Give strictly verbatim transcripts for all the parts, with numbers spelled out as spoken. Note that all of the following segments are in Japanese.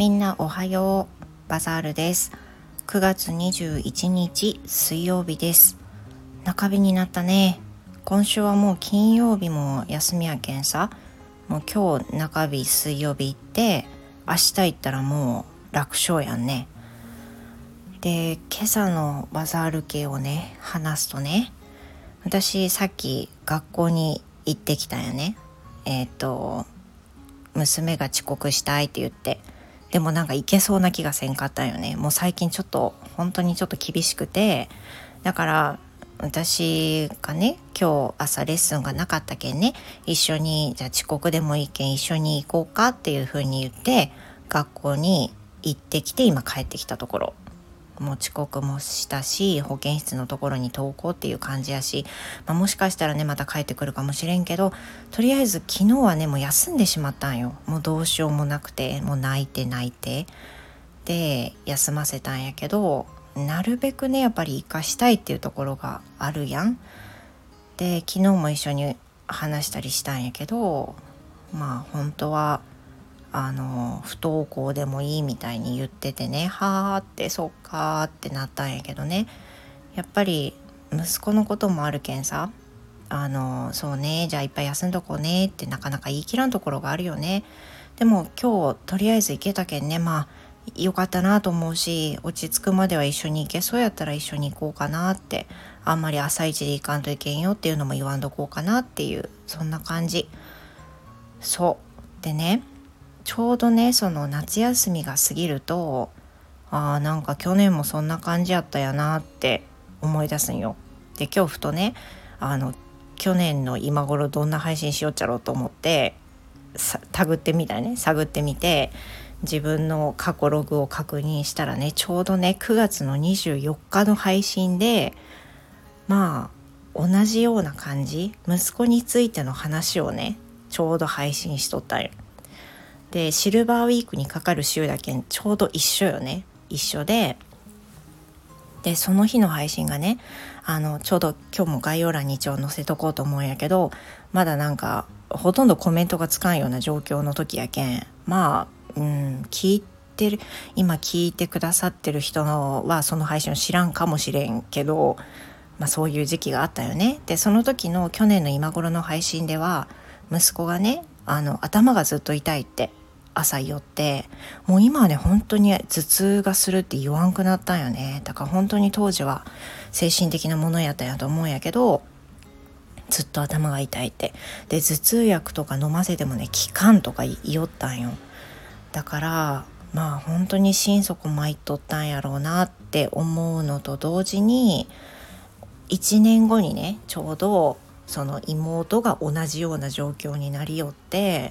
みんなおはよう。バザールです。くがつにじゅういちにち水曜日です。中日になったね。今週はもう金曜日も休みやけんさ、もう今日中日水曜日行って明日行ったらもう楽勝やんね。で、今朝のバザール系をね話すとね、私さっき学校に行ってきたんやね。えっと娘が遅刻したいって言って、でもなんか行けそうな気がせんかったんよね。もう最近ちょっと本当にちょっと厳しくて、だから私がね今日朝レッスンがなかったけんね、一緒にじゃあ遅刻でもいいけん一緒に行こうかっていう風に言って学校に行ってきて、今帰ってきたところ。もう遅刻もしたし、保健室のところに登校っていう感じやし、まあ、もしかしたらねまた帰ってくるかもしれんけど、とりあえず昨日はねもう休んでしまったんよ。もうどうしようもなくて、もう泣いて泣いてで休ませたんやけど、なるべくねやっぱり生かしたいっていうところがあるやん。で昨日も一緒に話したりしたんやけど、まあ本当はあの不登校でもいいみたいに言っててね、はーってそっかーってなったんやけどね、やっぱり息子のこともあるけんさ、あのそうねじゃあいっぱい休んどこうねってなかなか言い切らんところがあるよね。でも今日とりあえず行けたけんね、まあよかったなと思うし、落ち着くまでは一緒に行けそうやったら一緒に行こうかなって、あんまり朝一で行かんといけんよっていうのも言わんとこうかなっていう、そんな感じ。そうでね、ちょうどねその夏休みが過ぎると、あーなんか去年もそんな感じやったやなって思い出すんよ。で今日ふとね、あの去年の今頃どんな配信しよっちゃろうと思ってさタグってみたいね探ってみて、自分の過去ログを確認したらね、ちょうどねくがつのにじゅうよっかの配信で、まあ同じような感じ、息子についての話をねちょうど配信しとったんよ。でシルバーウィークにかかる週だけんちょうど一緒よね。一緒で、でその日の配信がね、あのちょうど今日も概要欄に一応載せとこうと思うんやけど、まだなんかほとんどコメントがつかんような状況の時やけん、まあうん聞いてる今聞いてくださってる人のはその配信を知らんかもしれんけど、まあそういう時期があったよね。でその時の去年の今頃の配信では、息子がねあの頭がずっと痛いって朝言って、もう今はね本当に頭痛がするって言わんくなったんよね。だから本当に当時は精神的なものやったんやと思うんやけど、ずっと頭が痛いって、で頭痛薬とか飲ませてもね効かんとか言いよったんよ。だからまあ本当に心底参っとったんやろうなって思うのと同時に、いちねんごにねちょうどその妹が同じような状況になりよって、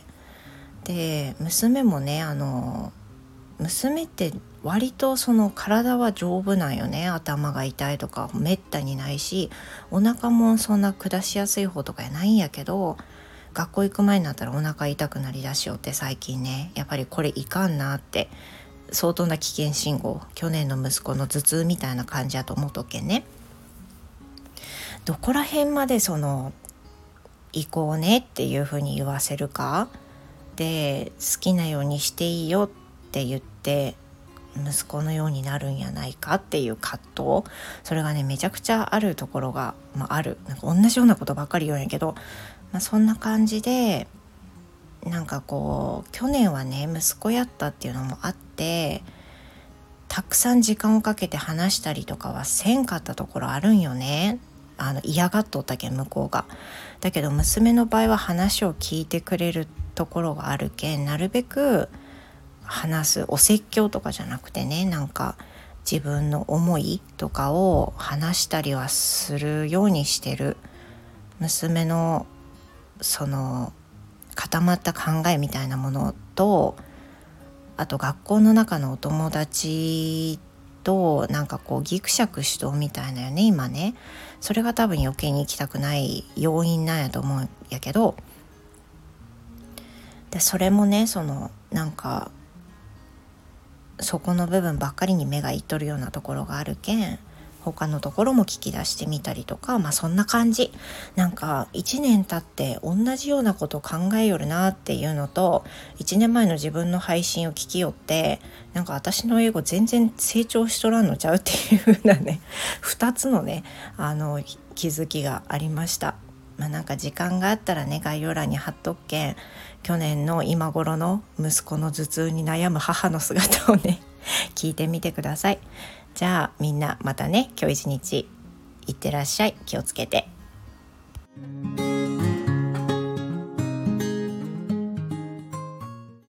で娘もねあの娘って割とその体は丈夫なんよね。頭が痛いとかめったにないし、お腹もそんな下しやすい方とかやないんやけど、学校行く前になったらお腹痛くなりだしよって、最近ねやっぱりこれいかんなって、相当な危険信号、去年の息子の頭痛みたいな感じやと思うとけんね。どこら辺までその行こうねっていう風に言わせるかで、好きなようにしていいよって言って息子のようになるんやないかっていう葛藤、それがねめちゃくちゃあるところが、まあ、ある。なんか同じようなことばっかり言うんやけど、まあ、そんな感じで、なんかこう去年はね息子やったっていうのもあって、たくさん時間をかけて話したりとかはせんかったところあるんよね。あの嫌がっとったけん向こうが。だけど娘の場合は話を聞いてくれるところがあるけん、なるべく話す、お説教とかじゃなくてね、なんか自分の思いとかを話したりはするようにしてる。娘のその固まった考えみたいなものと、あと学校の中のお友達となんかこうギクシャクしとうみたいなよね今ね。それが多分余計に行きたくない要因なんやと思うんやけど、でそれもねそのなんかそこの部分ばっかりに目がいっとるようなところがあるけん、 他のところも聞き出してみたりとか、まあそんな感じ。なんかいちねん経って同じようなことを考えよるなっていうのと、いちねんまえの自分の配信を聞きよって、なんか私の英語全然成長しとらんのちゃうっていう風なねふたつのねあの気づきがありました。まあなんか時間があったらね、概要欄に貼っとくけん、去年の今頃の息子の頭痛に悩む母の姿をね聞いてみてください。じゃあみんなまたね、今日一日いってらっしゃい。気をつけて。